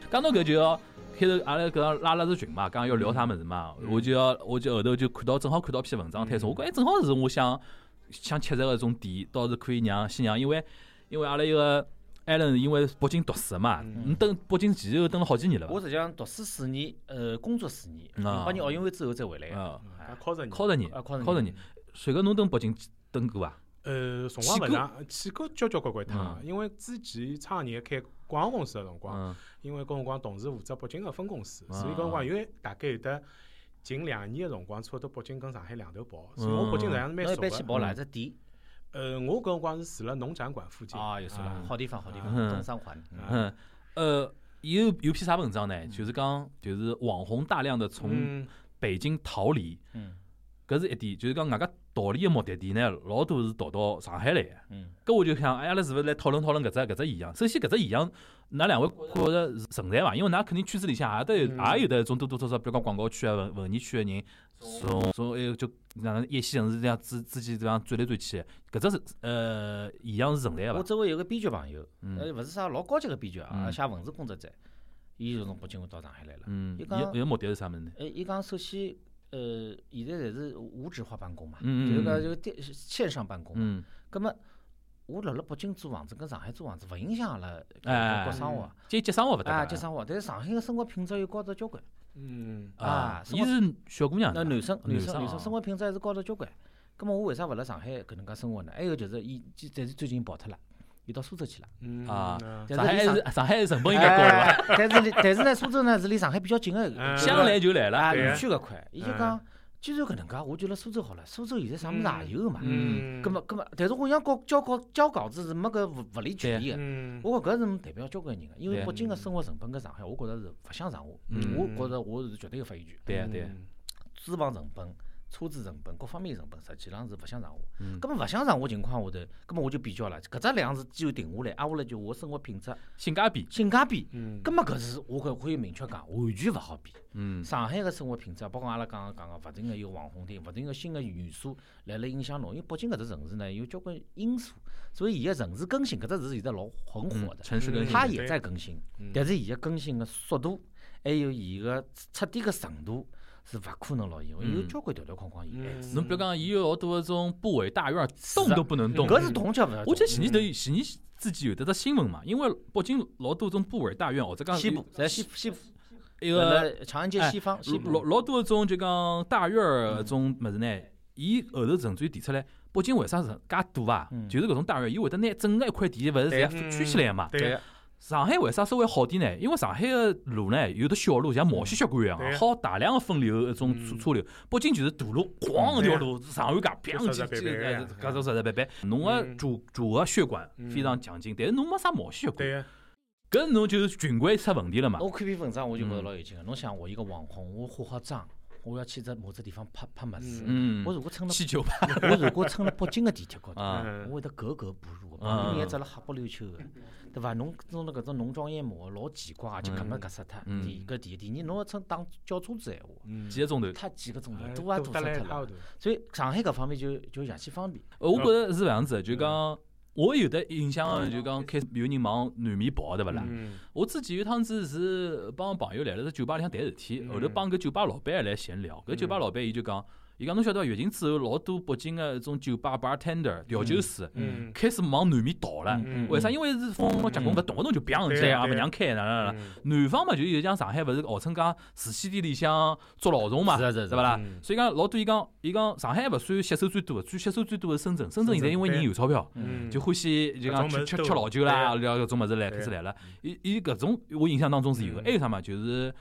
讲到搿就要开头阿拉搿拉着群嘛，刚刚要聊啥物事嘛，我就后头就正好看到篇文章推送，我觉正好是我想吃着搿种店，倒是可以先让，因为阿拉一个Allen 因为北京读书嘛，你等北京其实等了好几年了吧？ 我实际上读书4年，工作4年，08年奥运会之后再回来啊， 考着年。随后侬等北京等过伐？ 辰光勿长，去过交关趟，因为之前创业开广告公司个辰光，因为搿辰光同事负责北京个分公司，所以搿辰光因为大概有得近2年个辰光，差不多北京跟上海两头跑，所以我北京实际上是蛮熟个。 侬一般去跑哪只店？ 我搿辰光是住辣农展馆附近。 啊，有是啦，好地方，东三环。 有篇啥文章呢？就是讲，就是网红大量的从北京逃离。搿是一点，就是讲外加逃离的目的地呢，老多是逃到上海来的。搿我就想，阿拉是勿是来讨论搿只现象？首先，搿只现象，㑚两位觉着存在伐？因为㑚肯定圈子里向也有的种多多少少，比如讲广告区啊、文艺区的人，从就哪能一线城市这样之间这样转来转去，搿只是现象是存在的伐？ 我周围有个编剧朋友，勿是啥老高级个编剧啊，写文字工作者，伊就从北京到上海来了。 伊个目的是啥物事呢？ 伊讲首先。现在侪是无纸化办公嘛，就是讲线上办公嘛。咁么，我辣北京租房子跟上海租房子勿影响阿拉过生活， 接生活勿得。 接生活，但是上海个生活品质又高得交关。 伊是小姑娘， 男生生活品质还是高得交关。咁么我为啥勿辣上海搿能介生活呢？还有就是伊，但是最近跑脱了。伊到苏州去了， 上海成本应该高了， 但是呢，苏州呢是离上海比较近的， 想来就来了， 园区搿块，伊就讲，既然搿能介，我就辣苏州好了。苏州现在啥物事也有个嘛，葛末，但是我想交稿子是没搿物理距离个，我觉搿是代表交关人个，因为北京个生活成本跟上海，我觉着是勿相上下，我觉着我是绝对个发言权。 对， 租房成本。车子成本各方面成本实际上是勿相上下，咁么勿相上下情况下头，咁么我就比较了，搿只两字既然定下来，挨下来就我生活品质、 性价比， 咁么搿是我可以明确讲，完全勿好比。上海个生活品质，包括阿拉刚刚讲个勿停个有网红店，勿停个新个元素来影响侬，因为北京搿只城市呢有交关因素，所以伊个城市更新搿只字现在老很火的， 城市更新， 它也在更新，但是伊个更新个速度，还有伊个彻底个程度。是勿可能咯，因为有交关条框以外。 侬比如讲，伊有老多种部委大院动都不能动。 搿是动脚勿。 我记得前年之前有得只新闻嘛，因为北京老多种部委大院或者讲西部，在西部一个长安街西方西部老多种就讲大院搿种物事呢，伊后头甚至于提出来，北京为啥是介多啊？就是搿种大院，伊会得拿整个一块地勿是侪圈起来嘛？ 对。 上海为啥稍微好点呢？因为上海个路呢，有的小路像毛细血管一样，好大量个分流一种车流。北京就是大路，咣一条路上下街，砰搿种实实白白。侬个主个血管非常强劲，但是侬没啥毛细血管，搿侬就是群轨出问题了嘛。 我看篇文章我就觉得老有劲个，侬想我一个网红，我化好妆。我要去某只地方拍物事，我如果乘了北京个地铁高头，我会得格格不入。旁边还只了黑不溜秋个，对伐？侬搿种浓妆艳抹老奇怪，就搿么搿死脱。第二，侬要乘打叫车子闲话， 几个钟头， 太几个钟头，多死脱了。所以上海搿方面就邪气方便。 我觉着是搿样子，就讲。我有的印象，就讲开始有人往南面跑，对勿啦？我之前有趟子是帮朋友来了，在酒吧里向谈事体，后头帮搿酒吧老板来闲聊。搿酒吧老板伊就讲，伊讲侬晓得疫情之后，老多北京个种酒吧 bartender 调酒师开始往南面逃了。为啥？因为是封了结棍，搿动不动就砰起来，也勿让开哪。南方嘛，就像上海勿是号称讲磁器店里向捉老虫嘛，是勿啦？所以讲老多伊讲上海还勿算吸收最多的，吸收最多的深圳。深圳现在因为人有钞票，就欢喜就讲吃老酒啦，聊搿种物事来开始来了。伊搿种我印象当中是有的。还有啥嘛？就是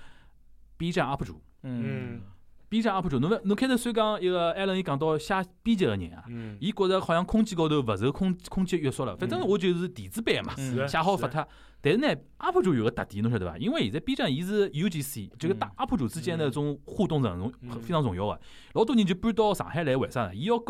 B 站 UP 主。B 站 UP 主，侬开头虽讲一个艾伦伊讲到写编辑个人啊，伊觉着好像空间高头勿受空间约束了，反正我就是电子版嘛，写好发脱。但是呢 ，UP 主有个特点，侬晓得伐？因为现在 B 站伊是 UGC， 这个大 UP 主之间的这种互动是非常重要的。老多人就搬到上海来，为啥呢？伊要搞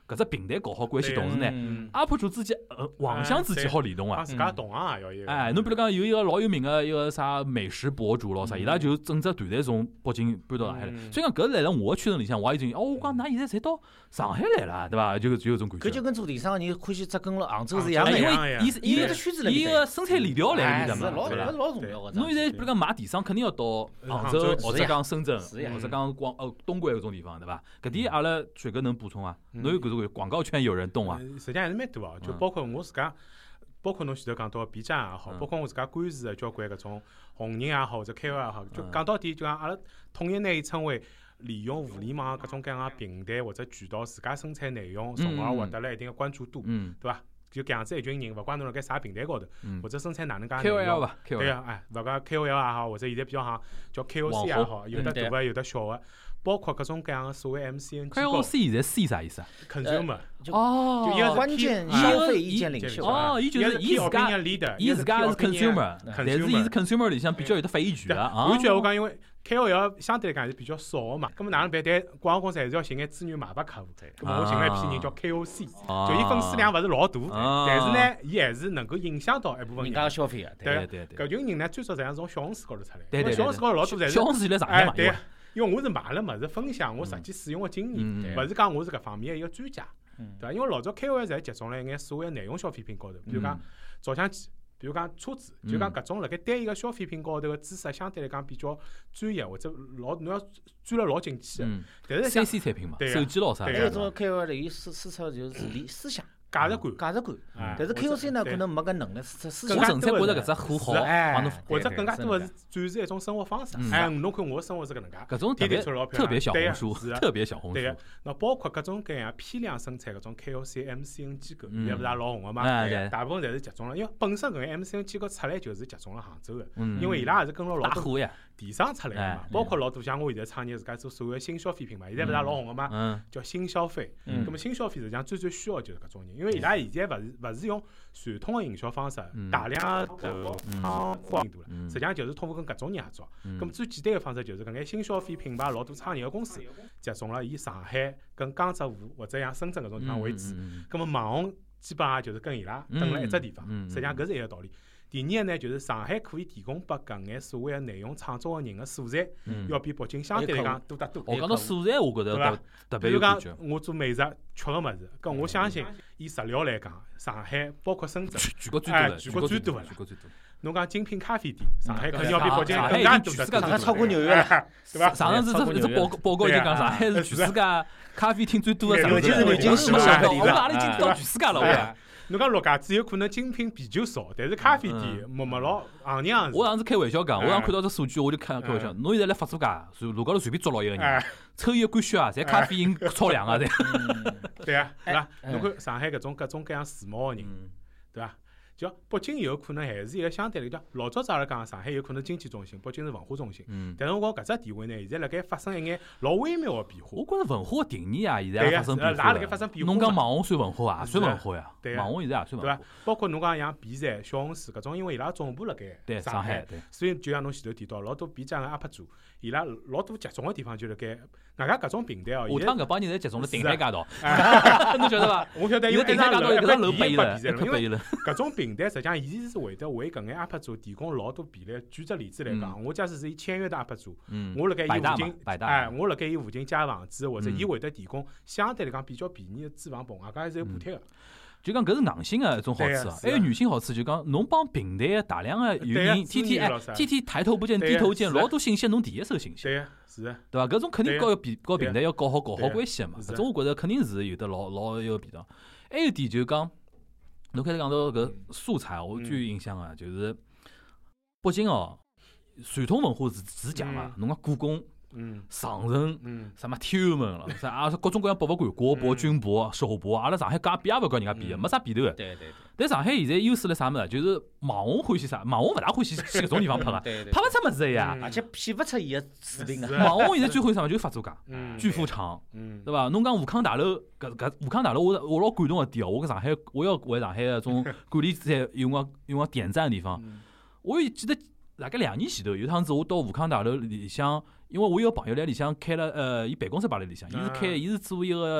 搿只平台搞好关系，同时呢，UP 主之间互相之间好联动啊。 自家同行也要有。 哎，侬比如讲有一个老有名个一个啥美食博主咯啥，伊拉就整只团队从北京搬到上海来。所以讲搿来了我圈层里向，我已经我讲㑚现在侪到上海来了，对伐？就有种感觉。 搿就跟做电商个人欢喜只跟了杭州是一样的， 因为伊有只圈子伊个生产链条来面的嘛，老重要个。 侬现在比如讲买电商，肯定要到杭州或者讲深圳或者讲东莞搿种地方，对伐？搿点阿拉水哥能补充啊？侬有搿种广告圈有人动啊？ 实际上还是蛮多哦，就包括我自家，包括侬前头讲到 B 站也好，包括我自家关注的交关搿种红人也好或者 KOL 也好，就讲到底就讲阿拉统一拿伊称为利用互联网各种各样的平台或者渠道，自家生产内容，从而获得了一定的关注度，对伐？就搿样子一群人，勿管侬辣盖啥平台高头，或者生产哪能介内容 ，KOL 伐？ 对啊，哎，勿讲 KOL 也好，或者现在比较行叫 KOC 也好，有的大个，有的小个。包括各种各样的所谓 MCN 机构 ，KOC 现在 C 啥意思啊 ？Consumer 哦， 就一个关键消费意见领袖哦，伊就是伊自家是 consumer， 但是伊是 consumer 里向比较有得发言权啊。 完全我讲，因为 KOL 相对来讲是比较少个嘛，咁么哪能办？但广告公司还是要寻眼资源卖拨客户。咁么我寻了一批人叫 KOC，就伊粉丝量勿是老大，但是呢，伊还是能够影响到一部分人家消费个。 对。 搿群人呢，最早实际上是从小红书高头出来， 对。 小红书高头老多侪是小红书现在上海嘛， 对。因为我是买了物事分享我实际使用的经验，勿是讲我是搿方面的一个专家，对伐？因为老早 KOL 侪集中了一眼所谓内容消费品高头，比如讲照相机，比如讲车子，就讲搿种辣盖单一个消费品高头个知识相对来讲比较专业或者侬要钻了老进去的。但是 3C 产品嘛，手机咯啥。 还有种 KOL 里伊输出就是思想。价值观，但是 KOC 呢，可能没搿能力输出思想。 我纯粹觉得搿只货好， 或者更加多的是展示一种生活方式。侬看我的生活是搿能介， 搿种特别小红书，特别小红书。 对个，那包括各种各样批量生产搿种 KOC、MCN 机构，现在勿是也老红个嘛？大部分侪是集中了，因为本身搿个 MCN 机构出来就是集中了杭州个，因为伊拉也是跟了老多电商出来个嘛，包括老多像我现在创业自家做所谓新消费品嘛，现在勿是也老红个嘛？叫新消费。咁么新消费实际上最需要就是搿种人，因为伊拉现在勿是用传统的营销方式，大量投放印度了，实际上就是通过跟搿种人合作。咁么最简单的方式就是搿眼新消费品牌老多创业的公司集中了以上海跟江浙沪或者像深圳搿种地方为主，咁么网红基本上就是跟伊拉蹲辣一只地方，实际上搿是一个道理。第二个呢，就是上海可以提供拨搿眼所谓的内容创作的人的素材，要比北京相对来讲多得多。 我讲到素材，我觉得特别有感觉。 比如讲，我做美食缺个物事，搿我相信以食料来讲，上海包括深圳， 全国最多了。 侬讲精品咖啡店，上海肯定要比北京更加多得多， 上海超过纽约了， 对伐？ 上次这报告就讲上海是全世界咖啡厅最多的城市， 南京是嘛？ 我们阿拉已经到全世界了，我。 侬讲陆家嘴有可能精品啤酒少，但是咖啡店没老行样子。 我上次开玩笑讲，我上看到这数据，我就开玩笑。侬现在来法租界，路高头随便捉牢一个人，抽一罐血啊，侪咖啡因超量啊，侪。 对啊，对伐？侬看上海搿种各种各样时髦的人，对伐？就北京有可能还是一个相对来讲，老早子阿拉讲上海有可能经济中心，北京是文化中心。但是我讲搿只地位呢，现在辣盖发生一眼老微妙的变化。 我觉着文化的定义啊，现在发生变化。 哪辣盖发生变化？ 侬讲网红算文化啊，算文化呀。网红现在也算文化。 对伐？包括侬讲像 B 站、小红书搿种，因为伊拉总部辣盖上海，所以就像侬前头提到，老多 B 站个 UP 主，伊拉老多集中个地方就辣盖外加搿种平台哦。 下趟搿帮人侪集中了定海街道，侬晓得伐？ 我晓得， 因为定海街道有搿楼拨伊了， 因为搿种平台实际上伊是会得为搿眼 UP 主提供老多便利。举只例子来讲，我假使是伊签约的 UP 主，我辣盖伊附近，我辣盖伊附近借房子，或者伊会得提供相对来讲比较便宜的租房棚，外加还是有补贴个。 就讲搿是硬性的一种好处啊，还有女性好处，就讲侬帮平台大量的有人天天抬头不见低头见，老多信息侬第一手信息， 对个是的， 对伐？搿种肯定告平台要搞好关系嘛，搿种我觉着肯定是有得老有便当。还有点就是讲，侬开始讲到搿素材，我最有印象个就是北京哦，传统文化是强嘛，侬讲故宫。长城，什么天安门了，啥各种各样博物馆，国博、军博、首博，阿拉上海比也勿跟人家比，没啥比头个。 对。 但上海现在优势辣啥物事？就是网红欢喜啥？网红勿大欢喜去搿种地方拍个，拍勿出物事呀。 而且骗勿出伊个视频个。 网红现在最欢喜啥物事？就是法租界、巨富场，对伐？侬讲武康大楼，搿武康大楼，我老感动个点哦。我搿上海，我要为上海个种管理者用个点赞个地方。我记得大概2年前头，有趟子我到武康大楼里向。因为我有个朋友来里向开了伊办公室摆辣里向，伊是做一个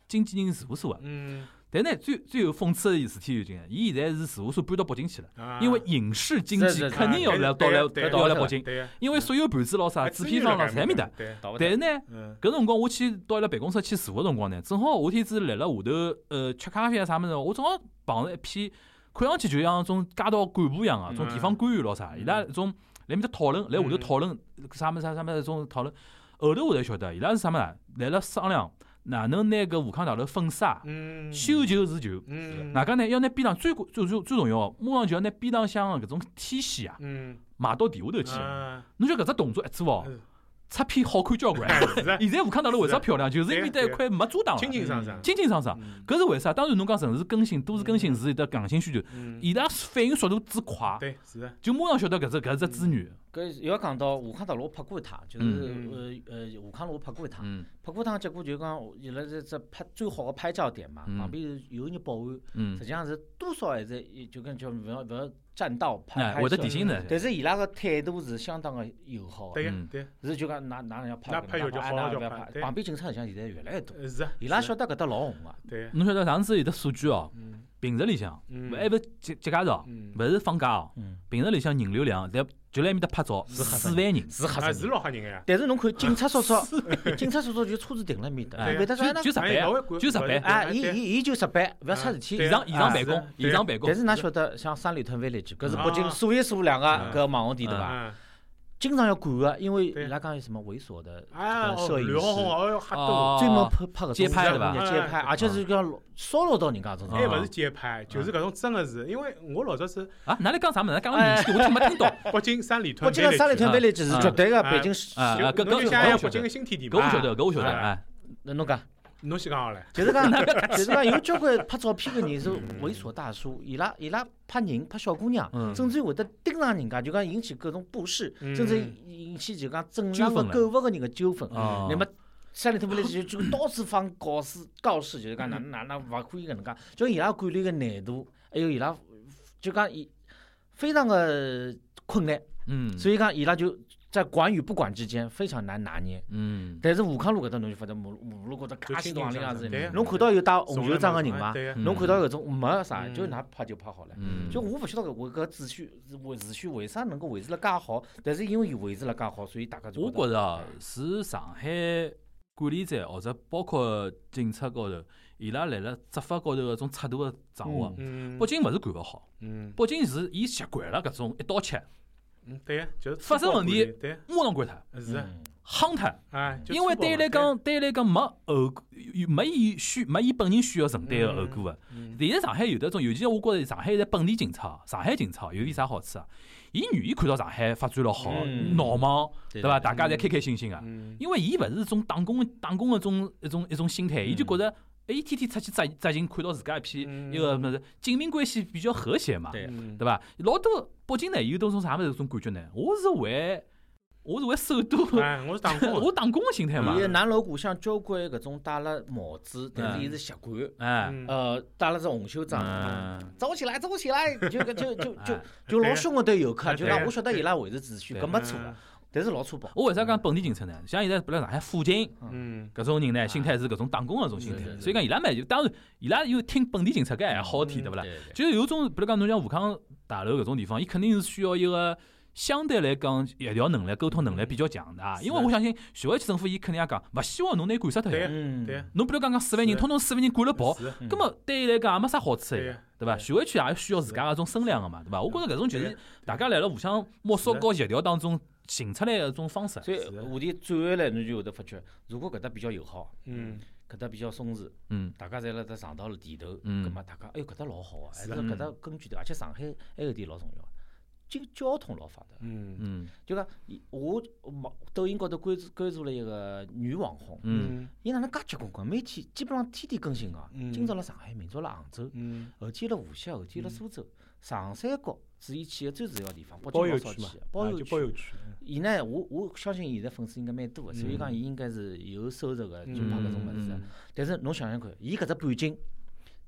经纪人事务所个。但呢，最有讽刺的事体就是，伊现在是事务所搬到北京去了，因为影视经纪肯定要来北京，因为所有盘子咯啥制片方咯侪面搭。但是呢，搿辰光我去到伊拉办公室去坐个辰光呢，正好下天子来了下头吃咖啡啊啥物事，我正好碰着一批看上去就像种街道干部一样个，种地方官员咯啥，伊拉种来面搭讨论，来下头讨论啥物事种讨论，后头我才晓得，伊拉是啥物事，来了商量。哪能拿搿武康大楼粉刷？修旧是旧，外加呢要拿边上最重要，马上就要拿边浪向搿种天线啊，买到地下头去。侬晓得搿只动作一做哦，出片好看交关。现在武康大楼为啥漂亮？就是因为搭一块没遮挡了，清清爽爽。搿是为啥？当然侬讲城市更新、都市更新是有得刚性需求，伊拉反应速度之快， 对，是的， 就马上晓得搿只资源。 搿要讲到武康大楼，我拍过一趟，就是武康路拍过一趟，拍过一趟结果就讲伊拉这拍最好的拍照点嘛，旁边有人保安，实际上是多少还是就跟叫勿要占道拍会得提醒的。 但是伊拉个态度是相当的友好， 对， 是就讲哪能要拍， 拍就好了， 旁边警察像现在越来越多， 是， 伊拉晓得搿搭老红个。 对， 侬晓得上次有得数据哦，平日里向，还勿节假日哦，勿是放假哦，平日里向人流量就来埃面搭拍照4万人， 是吓是老吓人个呀。 但是侬看警察叔叔就车子停辣面搭， 就值班， 啊，伊就值班，勿要出事体。 现场办公。 但是㑚晓得，像三里屯 village，搿是北京数一数两个搿网红店对伐？经常要管个，因为伊拉讲有什么猥琐的摄影师，专门拍搿街拍对伐？ 街拍，而且是讲骚扰到人家这种。 还勿是街拍，就是搿种真个是，因为我老早是啊，哪里讲啥物事？讲个明细，我没听到。 北京三里屯 village 是绝对个北京搿就像北京个新天地嘛。 搿我晓得，哎， 那侬讲。 侬先讲好唻， 就是讲有交关拍照片个人是猥琐大叔，伊拉拍人拍小姑娘，甚至会得盯上人家，就讲引起各种不适，甚至引起就讲正常个购物个人个纠纷。那么三里屯village就到处放告示，就是讲哪勿可以搿能介，就伊拉管理个难度，还有伊拉就讲非常的困难。所以讲伊拉就在管与不管之间非常难拿捏。但是武康路搿搭侬就发觉马路高头介许多行里向是，侬看到有戴红袖章个人伐？侬看到搿种没啥，就拿拍就拍好了。就我勿晓得搿秩序为啥能够维持了介好，但是因为维持了介好，所以大家就我觉着是上海管理者或者包括警察高头，伊拉辣辣执法高头搿种尺度个掌握。北京勿是管勿好，北京是伊习惯了搿种一刀切。 对，就是发生问题，马上管他， 是夯他，因为对伊来讲没伊本人需要承担个后果个。现在上海有得种，尤其我觉着上海现在本地警察，上海警察有点啥好处啊？伊愿意看到上海发展了好，闹忙，对伐？大家侪开开心心个，因为伊勿是种打工个一种心态，伊就觉着。伊天天出去扎进，看到自家一批一个么子，警民关系比较和谐嘛，对伐？老多北京呢有种啥么子种感觉呢？我是为首都， 我是打工， 我打工个心态嘛。 伊南锣鼓巷交关搿种戴了帽子，但是伊是习惯，戴了只红袖章，走起来，就老凶个对游客，就讲我晓得伊拉维持秩序，搿没错。但是老粗暴。 我为啥讲本地警察呢？像现在辣上海附近，搿种人呢，心态是搿种打工个种心态，所以讲伊拉嘛就当然，伊拉有听本地警察搿还好听，对勿啦？就是有种，比如讲侬像武康大楼搿种地方，伊肯定是需要一个相对来讲协调能力、沟通能力比较强的，因为我相信徐汇区政府伊肯定也讲，勿希望侬拿管杀脱。 对。 侬比如讲4万人，通通4万人管了跑，葛末对伊来讲也没啥好处个，对伐？徐汇区也需要自家搿种声量个嘛，对伐？我觉着搿种就是大家辣辣互相摸索和协调当中。寻出来的种方式， 所以话题转回来，侬就会得发觉，如果搿搭比较友好，搿搭比较松弛，大家侪辣搭上到了地头，葛末大家哎哟搿搭老好啊，还是搿搭根据的，而且上海还有点老重要，就交通老发达，就讲我抖音高头关注了一个女网红，伊哪能介结棍，每天基本上天更新个，今朝辣上海，明朝辣杭州，后天辣无锡，后天辣苏州，长三角是伊去个最主要地方，北京老少去，包邮区。伊呢，我相信现在粉丝应该蛮多个，所以讲伊应该是有收入个，就拍搿种物事。但是侬想想看，伊搿只半径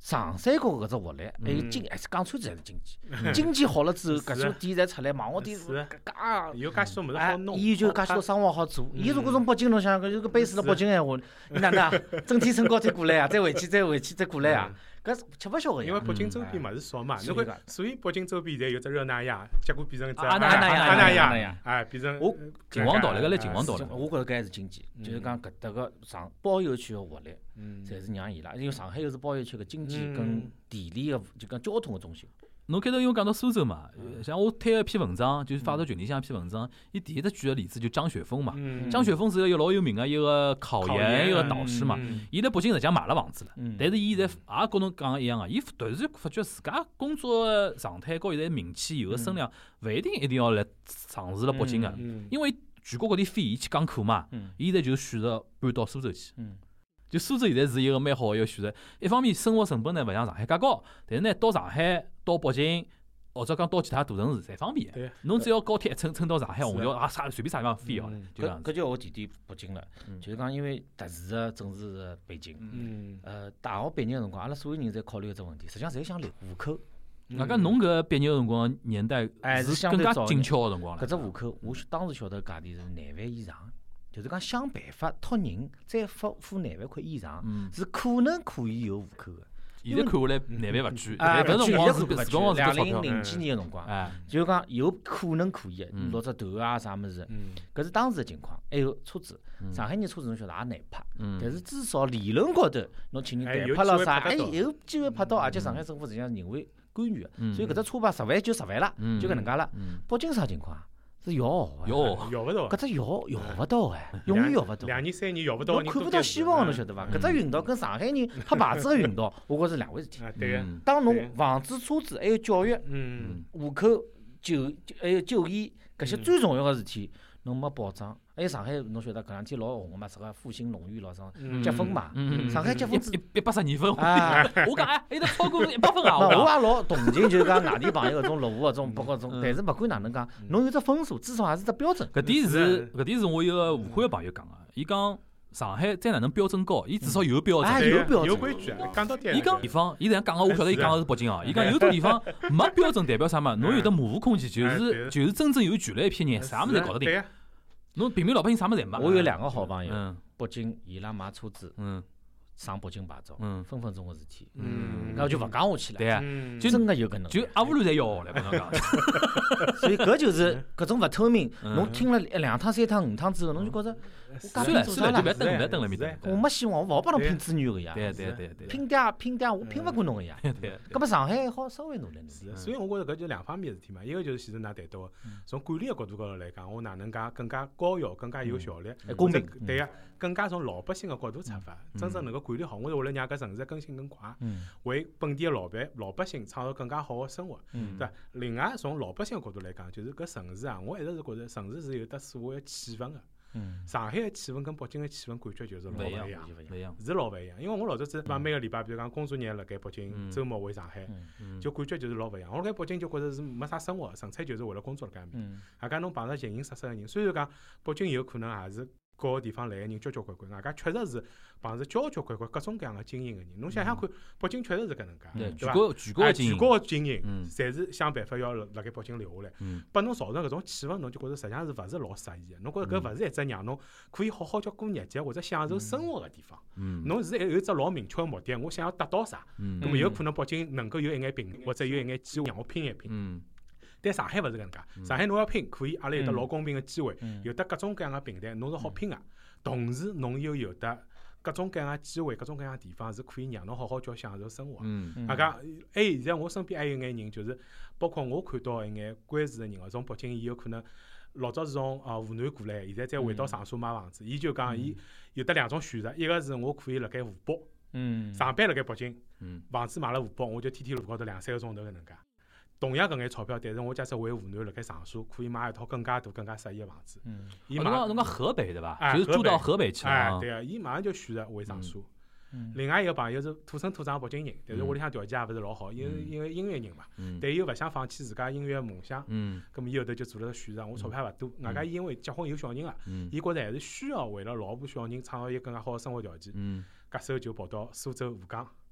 长三角搿只活力，还有讲穿子还是经济，经济好了之后，搿些店才出来，网红店有介许多物事好弄， 伊就介许多生活好做。伊如果从北京侬想，有个杯子辣北京闲话，你哪能整天乘高铁过来啊？再回去再过来啊？搿吃勿消个呀。 因为北京周边物事少嘛，侬看，所以北京周边现在有只热那亚，结果变成只阿那亚， 哎，变成我秦皇岛来秦皇岛了。 我觉着搿还是经济，就是讲搿搭个包邮区个活力，侪是让伊拉，因为上海又是包邮区个经济跟地理个就讲交通个中心。 侬开头因为讲到苏州嘛，像我推一篇文章，就是发到群里向一篇文章，伊第一只举个例子就张雪峰嘛。张雪峰是一个老有名个一个考研一个导师嘛，伊在北京实际上买了房子了，但是伊现在也跟侬讲一样个，伊突然发觉自家工作状态和现在名气有个声量，勿一定要来尝试了北京个，因为全国各地飞伊去讲课嘛，伊现在就选择搬到苏州去。就苏州现在是一个蛮好的一个选择，一方面生活成本呢勿像上海介高，但是呢到上海、到北京或者讲到其他大城市侪方便。侬只要高铁乘到上海虹桥随便啥地方飞好了，就这样。 搿就我提提北京了，就是讲因为特殊的政治的背景，大学毕业个辰光，阿拉所有人侪考虑一只问题，实际上侪想留户口。 外加侬搿毕业个辰光年代是更加紧俏个辰光了。 搿只户口，我当时晓得价钿是廿万以上。就是讲想办法托人再付廿万块以上，是可能可以有户口个。 现在看下来廿万勿贵， 搿辰光是 2009几年个辰光，就讲有可能可以个，落只头啊啥物事，搿是当时个情况。还有车子，上海人车子侬晓得也难拍，但是至少理论高头侬请人代拍了啥，还有机会拍到，而且上海政府实际上认为干预个，所以搿只车牌10万就10万了，就搿能介了。北京啥情况？是要勿到， 搿只要勿到哎，永远要勿到。 2年3年要勿到， 侬看勿到希望，侬晓得伐？搿只运道跟上海人拍牌子个运道，我觉着是两回事体。 对个。 当侬房子、车子还有教育、户口、还有就医搿些最重要个事体，侬没保障。还有上海，侬晓得搿两天老红个嘛？啥个复兴龙域老啥结婚嘛？上海结婚 112分，我讲还有得超过100分啊！ 我也老同情，就是讲外地朋友搿种落户搿种，包括种，但是勿管哪能讲，侬有只分数，至少还是只标准。 搿点是我一个武汉个朋友讲个，伊讲上海再哪能标准高，伊至少有标准， 有规矩。讲到点， 伊讲地方，伊这样讲个，我晓得伊讲个是北京啊。伊讲有种地方没标准，代表啥嘛？侬有得模糊空间，就是真正有权力一批人，啥物事侪搞得定。侬平民老百姓啥物事侪没。 我有2个好朋友，北京伊拉买车子，上北京牌照，分分钟个事体，那就勿讲下去了。 对啊， 就真个有搿能， 就阿乌鲁侪要来跟侬讲。 所以搿就是搿种勿透明。侬听了2趟、3趟、5趟之后，侬就觉着， 算了，就勿要等了面搭。 我没希望，我勿好帮侬拼资源个呀。 对。 拼爹，我拼勿过侬个呀。 对。 搿么上海好稍微努力。 所以我觉着搿就2方面事体嘛，一个就是前头㑚谈到个，从管理个角度高头来讲，我哪能介更加高效、更加有效率， 公平。 对个，更加从老百姓个角度出发，真正能够管理好，我是为了让搿城市更新更快，为本地个老百姓创造更加好个生活，对伐？另外从老百姓个角度来讲，就是搿城市啊，我一直是觉着城市是有得所谓个气氛个。上海个气氛跟北京个气氛感觉就是老勿一样，是老勿一样。因为我老早子每个礼拜，比如讲工作日辣盖北京，周末回上海，就感觉就是老勿一样。我辣盖北京就觉着是没啥生活，纯粹就是为了工作辣盖面。外加侬碰着形形色色个人，虽然讲北京有可能也是各个地方来个人交交关关，外加确实是碰着交交关关各种各样个精英个人。侬想想看，北京确实是搿能介，对伐？全国个精英，侪是想办法要辣盖北京留下来，拨侬造成搿种气氛，侬就觉着实际上是勿是老适宜个。侬觉着搿勿是一只让侬可以好好叫过日脚或者享受生活个地方。侬是有一只老明确个目的，我想要得到啥，那么有可能北京能够有一眼平或者有一眼机会让我拼一拼。但上海勿是搿能介，上海侬要拼可以，阿拉有得老公平个机会，有得各种各样个平台，侬是好拼个。同时侬又有得各种各样个机会，各种各样个地方是可以让侬好好叫享受生活。大家现在我身边还有眼人，就是包括我看到一眼关注个人，从北京伊有可能老早是从湖南过来，现在再回到长沙买房子，伊就讲伊有得2种选择，一个是我可以辣盖湖北，上班辣盖北京，房子买了湖北，我就天天路高头2-3个钟头搿能介。同样搿眼钞票，但是我假设回湖南辣盖长沙，可以买一套更加大、更加适宜个房子。 侬讲河北对伐？就是住到河北去了。 对个，伊马上就选择回长沙。另外一个朋友是土生土长北京人，但是屋里向条件也勿是老好，因为音乐人嘛，但又勿想放弃自家音乐个梦想。咁么伊后头就做了个选择，我钞票勿多，外加伊因为结婚有小人了，伊觉着还是需要为了老婆小人创造一个更加好个生活条件。搿时候就跑到苏州、吴江。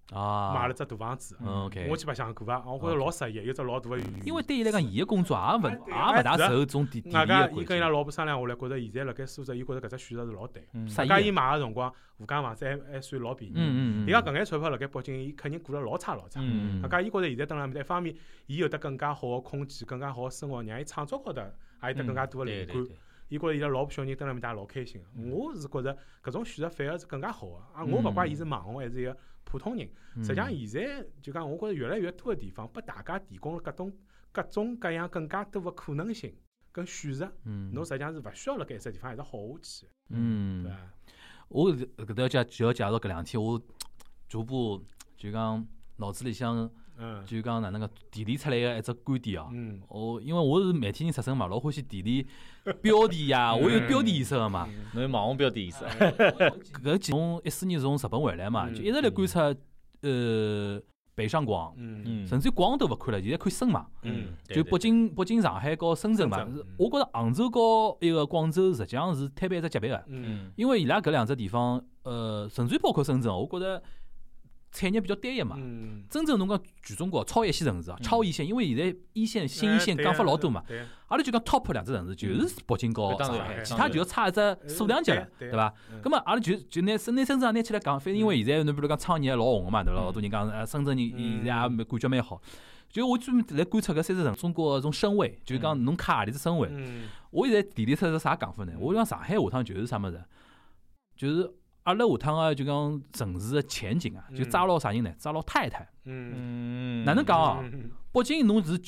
买了只大房子，我去白相过伐？我觉着老适意，有只老大个园。 因为对伊来讲，伊个工作也勿大受种地理个关系。 伊跟伊拉老婆商量下来，觉着现在辣盖苏州，伊觉着搿只选择是老对。大家伊买个辰光，附近房子还算老便宜。伊讲搿眼钞票辣盖北京，伊肯定过得老差老差。大家伊觉着现在蹲辣面搭，一方面伊有得更加好个空气，更加好个生活，让伊创作高头也有得更加多个灵感。伊觉着伊拉老婆小人蹲辣面搭老开心。我是觉着搿种选择反而是更加好个。我勿怪伊是网红还是一个普通人，实际上现在就讲，我觉着越来越多个地方拨大家提供了各种各样更加多个可能性跟选择。侬实际上是勿需要辣盖一只地方一直好下去。对伐？ 我搿搭就要介绍搿2天我逐步就讲脑子里向就讲哪能个提炼出来个一只观点因为我是媒体人出身嘛，老欢喜提炼标题呀，我有标题意识个嘛。 侬有网红标题意识。 搿从14年从日本回来嘛，就一直来观察北上广，甚至广都勿看了，现在看深嘛。就北京、上海和深圳嘛。我觉着杭州和一个广州实际上是摊板一只级别个，因为伊拉搿2只地方，甚至包括深圳，我觉着产业比较单一嘛。真正侬讲全中国超一线城市超一线，因为现在一线、新一线讲法老多嘛。阿拉就讲 top 2只城市就是北京和上海，其他就要差一只数量级了，对伐？咁么阿拉就拿深圳拿起来讲，反正因为现在侬比如讲创业老红个嘛，对伐？老多人讲深圳人现在也感觉蛮好。就我专门来观察搿3只城市中国种身位，就是讲侬卡何里只身位。我现在提炼出是啥讲法呢？我讲上海下趟就是啥物事，就是阿拉下趟个就讲城市个前景就抓牢啥人呢？抓牢太太。哪能讲北京侬是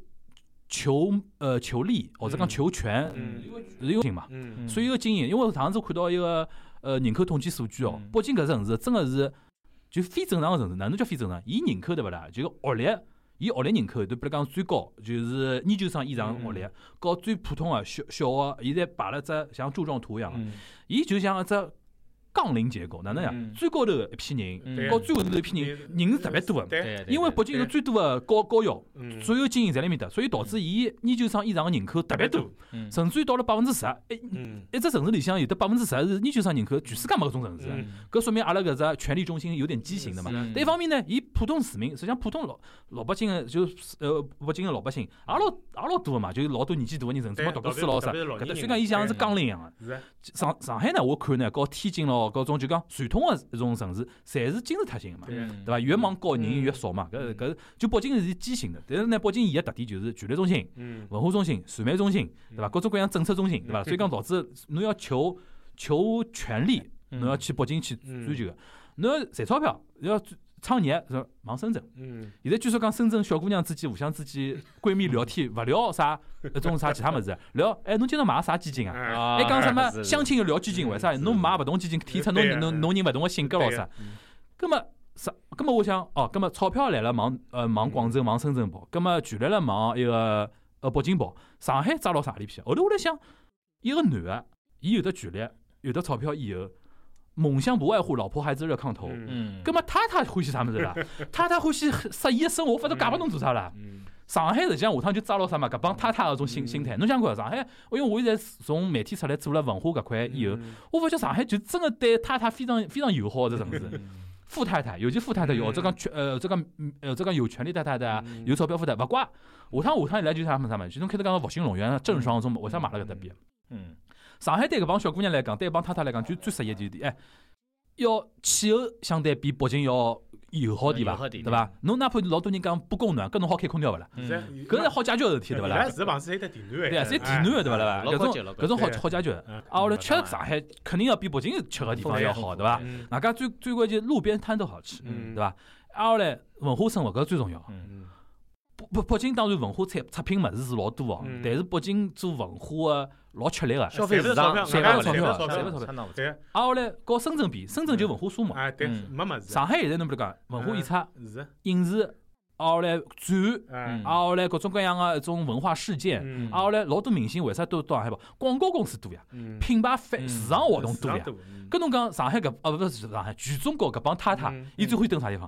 求利或者讲求权，是一个经嘛。所以一个经营，因为我上次看到一个人口统计数据北京搿城市真个是就非正常个城市。哪能叫非正常？伊人口对勿啦？就学历，伊学历人口，对比如讲最高就是研究生以上学历，和最普通个小学，现在摆了只像柱状图一样，伊就像一只杠铃结构，哪能样？最高头一批人，和最后头一批人是特别多的。因为北京有最多的高校，所有精英在里面的，所以导致伊研究生以上的人口特别多，甚至于到了10%。一只城市里向有的10%是研究生人口，全世界没搿种城市。搿说明阿拉搿只权力中心有点畸形的嘛。但一方面呢，伊普通市民，实际上普通老百姓的就北京的老百姓，也老多的嘛，就是老多年纪大的人，甚至没读过书老啥。搿搭虽然伊像是纲领一样的。上海呢，我看呢，和天津咯。搿种就讲传统的一种城市，侪是金字塔型的嘛，对伐？越往高人越少嘛，搿就北京是畸形的。但是呢，北京伊个特点就是权力中心、文化中心、传媒中心，对伐？各种各样政策中心，对伐？所以讲导致侬要求权力，侬要去北京去追求个，侬要赚钞票，要创业是往深圳。现在据说讲深圳小姑娘之间互相之间闺蜜聊天，勿聊啥一种啥其他物事，聊侬今朝买啥基金还讲什么相亲又聊基金，为啥？侬买勿同基金，体现出侬人勿同个性格咯啥？葛么我想葛么钞票来了往广州往深圳跑，葛么权力了往一个北京跑，上海抓到啥里去？后头我来想，一个男个，伊有得权力，有得钞票以后。梦想不外乎老婆孩子热炕头，葛么太太欢喜啥物事啦？太太欢喜适宜的生活，否则嫁拨侬做啥啦？上海实际上下趟就抓牢啥嘛？搿帮太太搿种心态，侬想看上海？因为我现在从媒体出来做了文化搿块以后，我发觉上海就真的对太太非常非常友好的城市。富太太，尤其富太太，或者讲有权利太太的，有钞票富太太，勿怪。下趟伊拉就啥嘛？就侬开头讲个复兴龙源、郑双种，为啥买了搿搭边？上海对搿帮小姑娘来讲，对搿帮太太来讲，就最适宜就是要气候相对比北京要友好点吧，对伐？侬哪怕老多人讲不供暖，搿侬好开空调勿啦？搿是好解决个事体，对勿啦？ 是房子有得地暖个， 对啊，是地暖个，对勿啦？搿种好解决。后来吃上海肯定要比北京吃个地方要好，对伐？外加最关键，路边摊都好吃，对伐？后来文化生活搿最重要。北京当然文化出品物事是老多但是北京做文化个老吃力个， 消费市场赚勿钞票， 对。 后来和深圳比，深圳就文化沙漠， 对，没物事。 上海现在侬比如讲文化演出、影视，后来展，后来各种各样个一种文化事件，后来老多明星为啥都到上海跑？广告公司多呀，品牌市场活动多呀。跟侬讲上海搿勿是上海，全中国搿帮太太，伊最欢喜蹲啥地方？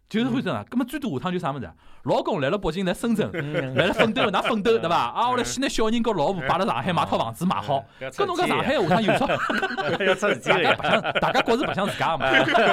就是会这样。葛末最多下趟就啥物事啊？老公来了北京，来深圳，来了奋斗，拿奋斗对伐？啊，我来先拿小人跟老婆摆辣上海买套房子买好。搿侬讲上海下趟有钞， 要出事体了，大家各自白相自家嘛。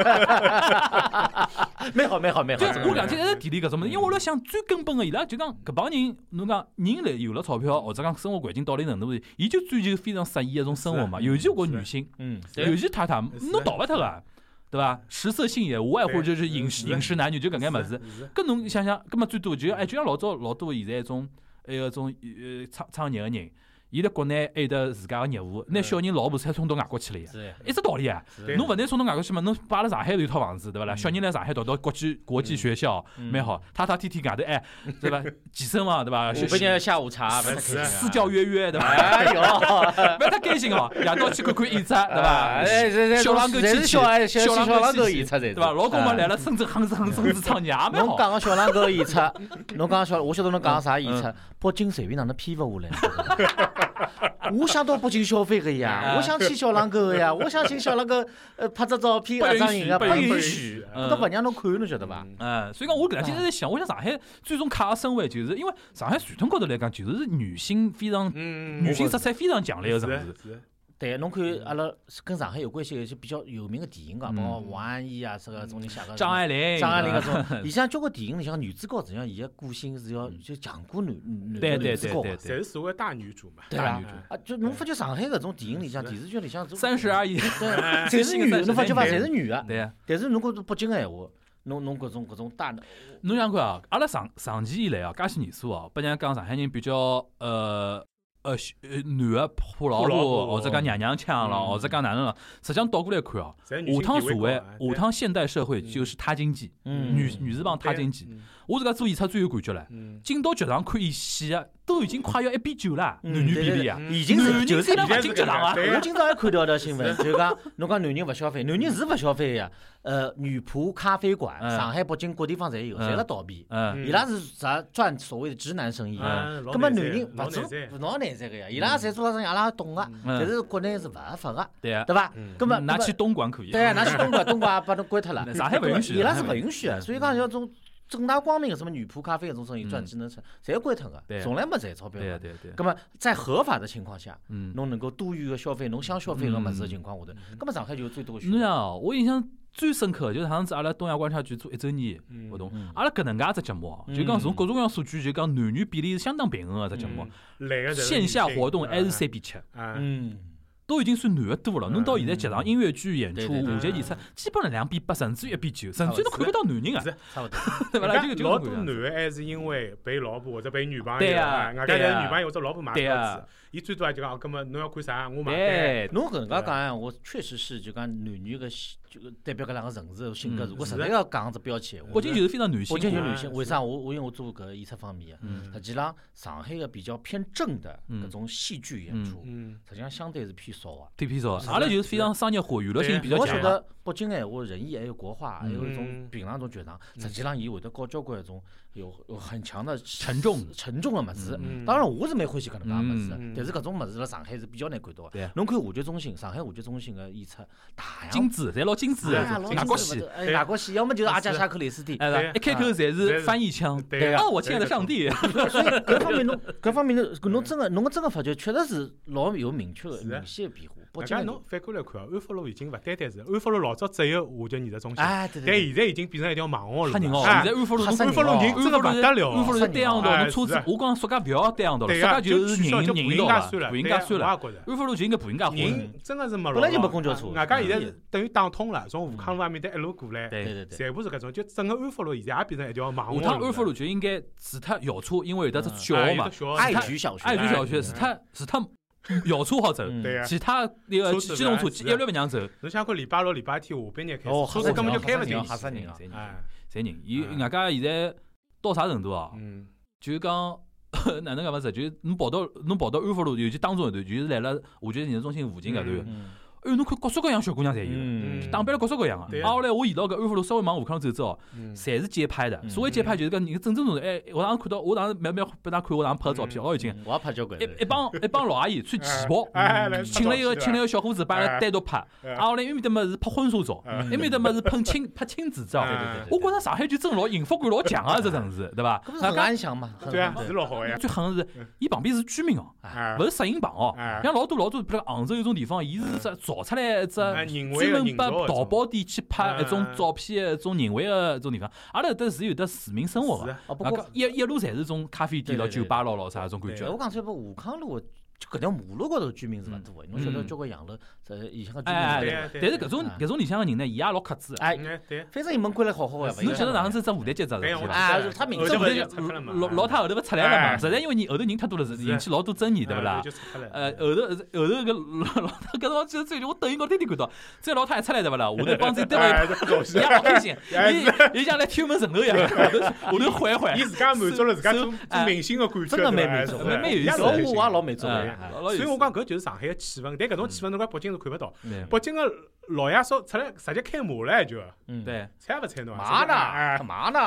蛮好。 就我两天一直提搿种物事，因为我辣想最根本个，伊拉就讲搿帮人，侬讲人来有了钞票，或者讲生活环境到一定程度，伊就追求非常适宜一种生活嘛。尤其我女性，尤其太太，侬逃勿脱个。对伐？食色性也无外乎就是饮食男女就搿眼物事。搿侬想想，搿么最多就像老早老多现在一种创业个人，伊辣国内还有得自家个业务，拿小人老婆侪送到外国去了呀，一只道理啊。侬勿拿送到外国去嘛，侬摆辣上海有一套房子，对勿啦？小人来上海读国际学校，蛮好。他天天外头对伐？健身嘛，对伐 ？500年下午茶， 私教约，对伐？ 哎呦， 蛮太开心哦！夜到去看演出，对伐？小狼狗去小狼狗演出对伐？老公嘛来了深圳哼子唱娘蛮好。 侬讲个小狼狗演出，侬讲我晓得侬讲啥演出，北京随便哪能批勿下来。我想到北京消费个呀，我想去小狼狗个呀，我想请小狼狗拍只照片合张影个，不允许，都勿让侬看，侬晓得伐？ 所以讲我搿两天在想，我想上海最终卡个身位，就是因为上海传统高头来讲，就是女性非常女性色彩非常强烈个城市。 对，侬看阿拉跟上海有关系的一些比较有名的电影啊，包括王安忆啊，这个种人写个张爱玲搿种，里向交关电影里向女主角实际上伊个个性是要就强过女主角， 侪是所谓大女主嘛， 大女主啊，就侬发觉上海搿种电影里向电视剧里向 30而已， 对，侪是女的，侬发觉伐？侪是女的， 对。 但是侬觉着北京个闲话，侬搿种大， 侬想看啊？阿拉长期以来啊，介些年数啊，被人家讲上海人比较男个怕老婆，或者讲娘腔了，或者讲哪能了？实际上倒过来看哦，下趟社会，下趟现代社会就是他经济，女士帮他经济。我自家做演出最有感觉了，进到剧场看演戏个都已经快要1:9了，男女比例啊， 已经是就是勿进剧场啊。 我今朝还看到条新闻，就讲侬讲男人勿消费，男人是勿消费呀。女仆咖啡馆，上海、北京各地方侪有，侪辣倒闭。伊拉是啥赚所谓的直男生意？咁么男人勿做，老难赚个呀。伊拉侪做生意，阿拉懂个，但是国内是勿合法个，对伐？咁么拿去东莞可以。 对，拿去东莞把侬关脱了。 上海勿允许， 伊拉是勿允许个，所以讲要种。正大光明的什么女仆咖啡搿种生意赚技能钱，侪关脱个，从来没赚钞票。 对。 咁么在合法的情况下，侬能够多余个消费，侬想消费个物事的情况下头，咁么上海就有最多个。 侬想，我印象最深刻就是上次阿拉东亚观察局做1周年活动，阿拉搿能介只节目，就讲从各种各样数据，就讲男女比例是相当平衡个只节目，线下活动还是3:7。都已经算男的多了，侬到现在剧场音乐剧演出、舞节演出，基本上2:8，甚至于1:9，甚至于都看不到男人啊， 差不多， 对伐？老多男的还是因为陪老婆或者陪女朋友，外加是女朋友或者老婆买房子，伊最多也就讲，搿么侬要看啥，我买单。 侬搿能介讲，我确实是就讲男女个就代表搿两个城市性格。如果实在要讲只标签， 北京就是非常女性。 北京就女性，为啥？我因为我做搿演出方面实际上上海个比较偏正的搿种戏剧演出，实际上相对是偏少啊， 偏少。阿拉就是非常商业化，娱乐性比较强。 我觉得北京闲话，人艺还有国画，还有一种平常种剧场，实际上伊会得搞交关一种有很强的沉重的物事。当然，我是蛮欢喜搿能介物事，但是搿种物事辣上海是比较难看到的。侬看话剧中心，上海话剧中心个演出，大样精致，侪老精致的，外国戏， 外国戏，要么就是阿加莎克里斯蒂， 一开口侪是翻译腔，啊，我亲爱的上帝。 所以搿方面侬真个发觉，确实是老有明显的变化。 大家侬反过来看，安福路已经勿单单是安福路老早只有话剧艺术中心，但现在已经变成一条盲号了。 现在安福路人真的勿得了， 安福路是单行道，侬车子我讲说介勿要单行道了，说介就是人行道了，步行街算了。安福路就应该步行街。 人真的是没本来就没公交车， 外加现在是等于打通了，从武康路埃面搭一路过来，全部是搿种，就整个安福路现在也变成一条盲号了。 下趟安福路就应该除脱校车，因为有得只小学嘛， 爱菊小学除脱校车好走，其他那个机动车一律勿让走。 侬想看礼拜六、礼拜天下半日开始，车子根本就开勿进去， 吓死人啊！ 侪人，伊外加现在到啥程度啊？就是讲哪能讲法子？就是侬跑到安福路，尤其当中一段，就是来了话剧艺术中心附近搿段， 侬看各式各样小姑娘侪有，打扮了各式各样个。后来我沿到搿安福路稍微往下看走之后，侪是街拍的。所谓街拍就是讲人正正宗的。我当时看到，我当时慢慢拨㑚看，我当时拍个照片，老有劲。 我也拍交关。 一帮老阿姨穿旗袍，请了一个小伙子帮拉单独拍。后来埃面搭么是拍婚纱照，埃面搭么是拍亲子照。我觉着上海就真老幸福感老强啊，这城市，对伐？ 搿不是很安详嘛？ 对啊，是老好呀。 最狠是，伊旁边是居民哦，勿是摄影棚哦。像老多，比如杭州有种地方，伊是造出来一只专门把淘宝店去拍一种照片的一种人为的一种地方。阿拉搿搭是有得市民生活的， 不过一路侪是种咖啡店咯、酒吧咯啥种感觉。 我讲出来，武康路就搿条马路高头居民是勿多的，侬晓得交关洋楼，里向个居民。 但是搿种里向个人呢，伊也老克制。 反正伊门关了好好个。 侬晓得哪能子只蝴蝶结只事体伐？他明这蝴蝶结老太后头勿出来了嘛？实在因为后头人太多了，引起老多争议，对勿啦？后头搿老太搿辰光记得最近我抖音高天天看到，这老太一出来对勿啦？下头帮自己单位伊也老开心，伊像来天安门城楼一样，下头缓缓。 伊自家满足了自家做明星个感觉， 真个蛮满足， 蛮有意思。 我也老满足个。 所以我讲搿就是上海个气氛，但搿种气氛侬讲北京是看勿到。北京个老爷叔出来直接开马了就， 对， 睬勿睬侬？ 嘛呢？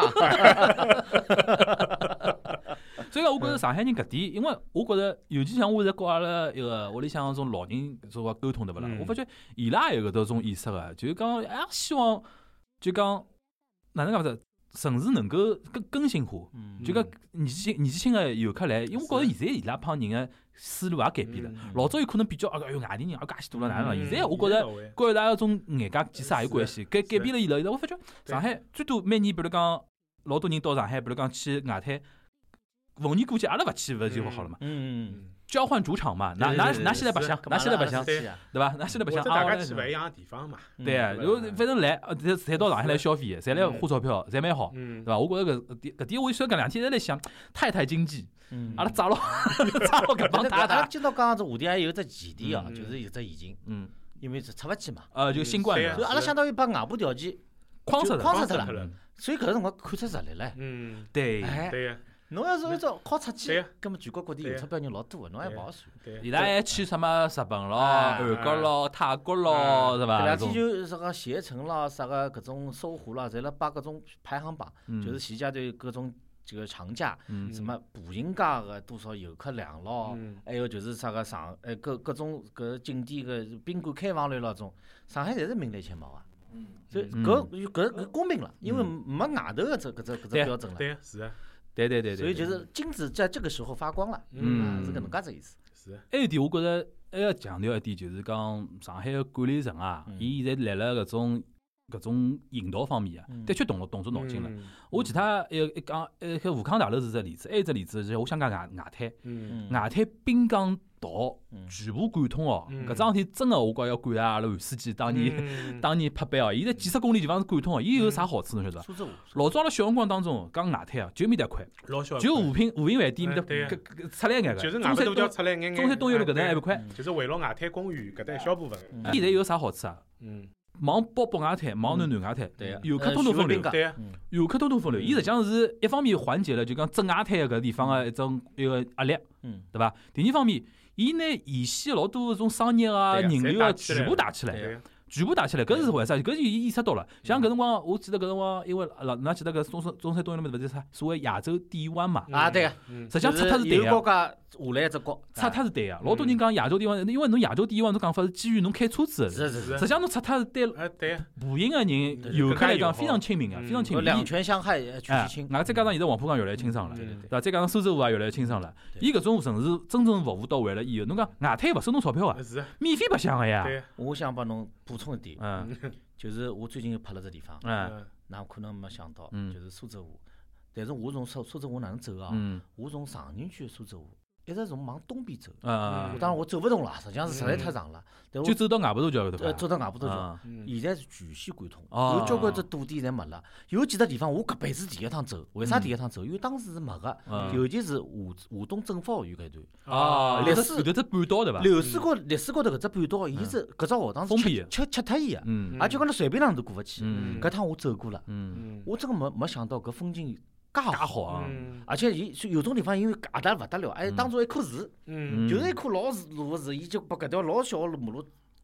所以讲，我觉着上海人搿点，因为我觉着，尤其像我在跟阿拉一个屋里向种老人说沟通对勿啦？我发觉伊拉也有搿种意识个，就是讲也希望，就讲哪能讲法子？城市能够更新化，就讲年纪轻个游客来，因为我觉着现在伊拉帮人个思路也改变了。老早有可能比较，哎哟外地人也介许多了，哪能？现在我觉着跟伊拉种眼界见识也有关系，改变了伊拉。我发觉上海最多每年，比如讲老多人到上海，比如讲去外滩，逢年过节阿拉勿去勿就好了嘛？交换主场嘛，拿先来白相，拿先来白相，对伐？拿先来白相， 大家去勿一样个地方嘛。 对啊，如果反正来，侪到上海来消费，侪来花钞票，侪蛮好，对伐？我觉着搿点，我虽然搿2天在来想，太经济，阿拉砸了搿帮大。 阿拉今朝讲这话题还有只前提哦，就是有只疫情，因为是出勿去嘛。 就新冠， 所以阿拉相当于把外部条件框死脱了，所以搿个辰光看出实力来。 对。 侬要是按照靠出去，根本全国各地有钞票人老多个，侬还勿好算。 伊拉还去什么日本咯、韩国咯、泰国咯，是伐？ 搿2天就啥个携程咯、啥个搿种搜狐啦，侪辣把搿种排行榜，就是世界队各种这个长假，什么步行街个多少游客量咯，还有就是啥个各种搿景点个宾馆开放率咯种，上海侪是名列前茅啊。所以搿公平了，因为没外头个搿只标准了。 对，是啊。 对， 所以就是金子在这个时候发光了，是搿能介子意思。 是。 还有一点，我觉着还要强调一点，就是讲上海个管理层啊，伊现在来了搿种引导方面啊，的确动作脑筋了。我其他讲武康大楼是只例子，还有只例子就是我想讲外滩，外滩滨江道全部贯通哦，搿桩事体真个我觉要感谢阿拉韩书记当年拍板哦，现在几十公里地方是贯通哦，伊有啥好处侬晓得伐？老早阿拉小辰光当中讲外滩啊，就面搭块，就和平饭店面搭出来眼个， 就是外头叫出来眼眼， 中山东一路搿搭一块， 就是围绕外滩公园搿搭一小部分。 现在有啥好处啊？往北外滩，往南外滩，游客通通分流，游客通通分流。伊实际上是一方面缓解了就讲正外滩搿地方个一个压力，对伐？第二方面，伊拿沿线老多种商业啊、人流啊全部带起来，搿是为啥？搿就意识到了。像搿辰光，我记得搿辰光，因为㑚记得搿中山东路面勿是啥所谓亚洲第一湾嘛？ 对个， 实际上拆脱是对个。 有国家下来一只国， 拆脱是对个。老多人讲亚洲第一湾，因为侬亚洲第一湾种讲法是基于侬开车子， 是。 实际上侬拆脱是对步行个人、游客来讲非常亲民个，非常亲民。 两全相害取其轻。 再加上现在黄浦江越来越清爽了，对伐？再加上苏州河也越来越清爽了。伊搿种城市真正服务到位了以后，侬讲外滩勿收侬钞票个，免费白相个呀。 我想帮侬补充一点。就是我最近又拍了只地方，那可能没想到，就是苏州河。但是我从苏州河哪能走啊？我从长宁区的苏州河一直从往东边走。当然我走不动了，实际上是实在太长了。 就走到外婆头桥对伐？ 走到外婆头桥，现在是全线贯通，有交关只堵点侪没了。有几个地方我搿辈子第一趟走，为啥第一趟走？因为当时是没个，尤其是华东政法学院搿段。 历史有得只半道对伐？ 历史高头搿只半道，伊是搿只学堂是吃脱伊个，而且讲侬随便哪能都过勿去。搿趟我走过了，我真个没想到搿风景介好啊！而且伊有种地方因为矮得勿得了，还当做一棵树，就是一棵老大个树，伊就把搿条老小个马路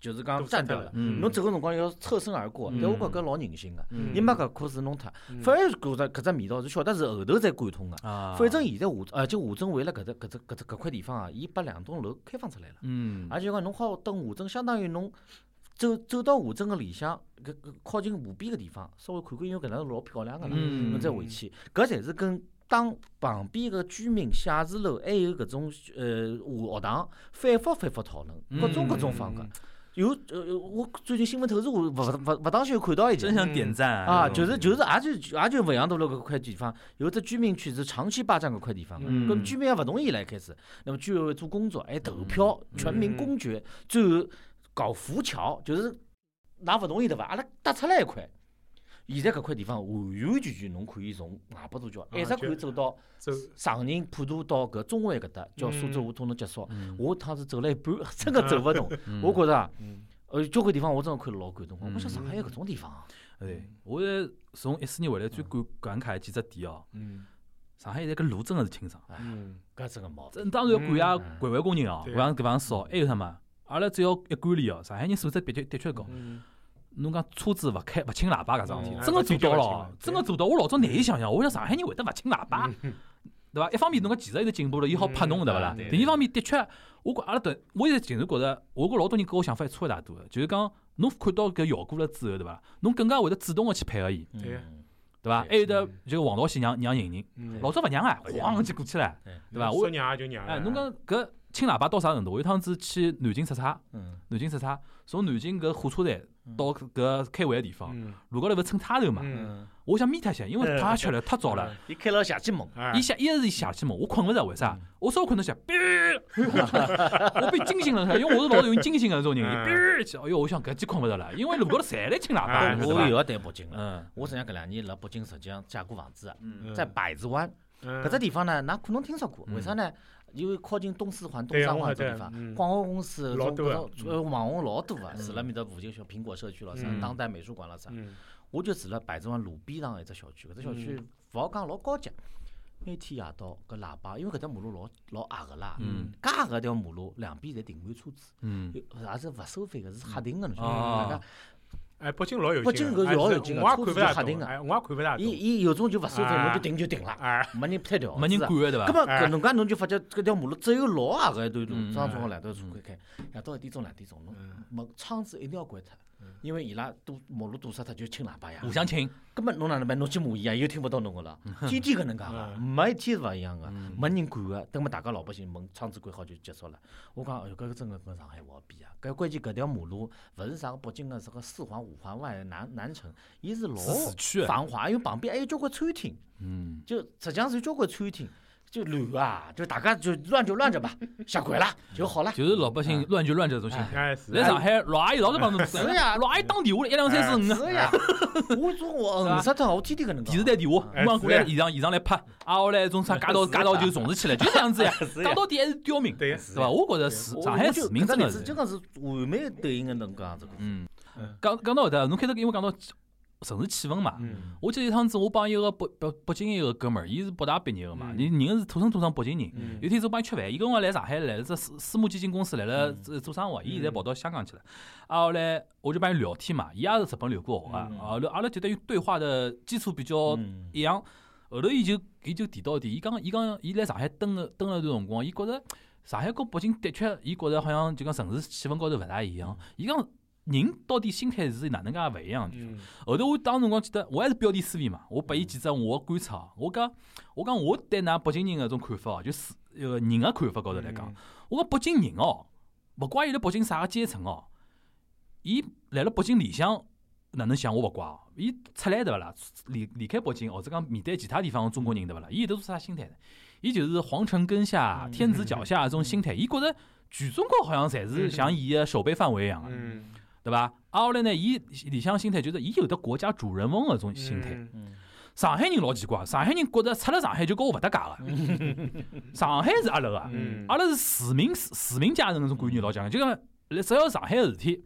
就是讲占掉了，侬走个辰光要侧身而过，但我觉搿老人性个，你没搿可是弄脱，反而觉着搿只味道是晓得是后头才贯通个。反正现在就华镇为了搿块地方啊，伊把2栋楼开放出来了，而且讲侬好登华镇，相当于侬走到华镇个里向搿靠近湖边个地方，稍微看看，因为搿能老漂亮个啦，侬再回去，搿侪是跟当旁边个居民写字楼还有搿种学堂反复讨论，各种方法。我最近新闻透视勿当心看到一件， 真想点赞啊！就是也就文阳大路搿块地方，有只居民区是长期霸占搿块地方，搿居民也勿同意来开始，那么居委会做工作，还投票，全民公决，最后搞浮桥，就是㑚勿同意对伐？阿拉搭出来一块。现在搿块地方完全侬可以从外八大桥一直可以走到长宁普渡到搿中环搿搭，叫苏州胡同能结束。我趟是走了一半，真个走勿动。我觉着交关地方我真个看了老感动。我想上海有搿种地方啊。 对，我从14年回来最感慨几只点哦。上海现在搿路真个是清爽。 搿真个毛。 当然要感谢环卫工人哦，搿方少，还有啥嘛？阿拉只要一管理哦，上海人素质的确高。侬讲车子勿轻喇叭搿桩事体，真个做到了，真个做到。我老早难以想象，我想上海人会得勿轻喇叭，对伐？一方面侬讲技术有得进步了，伊好拍侬，对勿啦？第二方面的确，我阿拉我现在竟然觉着，我觉老多人跟我想法差勿大多个，就是讲侬看到搿效果了之后，对伐？侬更加会得主动个去配合伊，对伐？还有得就黄道线让行人，老早勿让啊，晃就过去了，对伐？我让就让。 侬讲搿轻喇叭到啥程度？我有趟子去南京出差，从南京搿火车站到搿开会个地方，路高头勿撑塌头嘛？我想眯脱些，因为太吃了，太早了。 伊开了邪气梦， 一是邪气梦，我困勿着，为啥？我稍微困得些，我被惊醒了，因为我是老容易惊醒个那种人。哎哟，我想搿记困勿着了，因为路高头侪来轻喇叭。 我又要谈北京了。我实际上搿2年辣北京实际上借过房子，在百子湾搿只地方呢，㑚可能听说过，为啥呢？因为靠近东四环、东三环这地方，广告公司、网红老多个，住辣面搭附近，像苹果社区了啥，当代美术馆了啥。我就住辣百子湾路边上一只小区，搿只小区勿好讲老高级，每天夜到搿喇叭，因为搿条马路老矮个啦，介矮个条马路两边侪停满车子，也是勿收费个，是瞎停个，侬晓得伐？大家。 北京老有劲， 北京搿老有劲个，车子就瞎停个， 我也看勿大懂。 伊有种就勿收费，侬就停就停了，没人拍条， 没人管个对伐？ 搿么搿能介侬就发觉搿条马路只有老矮个一段路，早中午2段车开，夜到1点钟2点钟，侬门窗子一定要关脱。因为伊拉马路堵塞脱就轻喇叭呀， 互相轻。 搿么侬哪能办？侬去骂伊啊，伊又听勿到侬个了。天天搿能介个，没一天是勿一样个，没人管个。等么大家老百姓门窗子关好就结束了。我讲，哎哟，搿真个跟上海勿好比啊！搿关键搿条马路勿是啥个北京个啥个4环5环外南城，伊是老繁华，因为旁边还有交关餐厅。就实际上是有交关餐厅。就乱啊，就大家就乱着吧，习惯了就好了。 就是老百姓乱就乱这种心态。来上海老阿姨老是帮侬是呀， 老阿姨打电话1、2、3、4、5。 是呀，我说我50脱，我天天搿能。 电视台电话，马上过来现场来拍，啊后来种啥街道就重视起来，就这样子呀。街道店还是刁民，对伐？我觉着上海市民真的是， 这个是完美对应的能搿样子。 讲到搿搭，侬开头因为讲到。城市气氛嘛，我记得一趟子，我帮一个北京一个哥们儿，伊是北大毕业个嘛，人是土生土长北京人。有天子我帮伊吃饭，伊跟我来上海来了只私募基金公司来了做生活，伊现在跑到香港去了。后来我就帮伊聊天嘛，伊也是日本留过学个，阿拉就等于对话的基础比较一样。后头伊就提到伊讲伊来上海蹲了段辰光，伊觉着上海跟北京的确，伊觉着好像就讲城市气氛高头勿大一样。伊讲。人到底心态是哪能介勿一样的地方？后头我当辰光记得，我还是标题思维嘛，我拨伊几只我观察。我讲我对㑚北京人搿种看法哦，就是人个看法高头来讲，我讲北京人哦，勿怪伊辣北京啥个阶层哦，伊来了北京里向哪能想我勿怪哦，伊出来对勿啦？离开北京或者讲面对其他地方的中国人对勿啦？伊都是啥心态？伊就是皇城根下、天子脚下这种心态。伊觉着全中国好像侪是像伊个守备范围一样个。对吧？后来呢，伊里向心态就是伊有的国家主人翁搿种心态。上海人老奇怪，上海人觉得出了上海就跟我勿搭界个。上海是阿拉个，阿拉是市民阶层搿种观念老强，就讲只要上海个事体，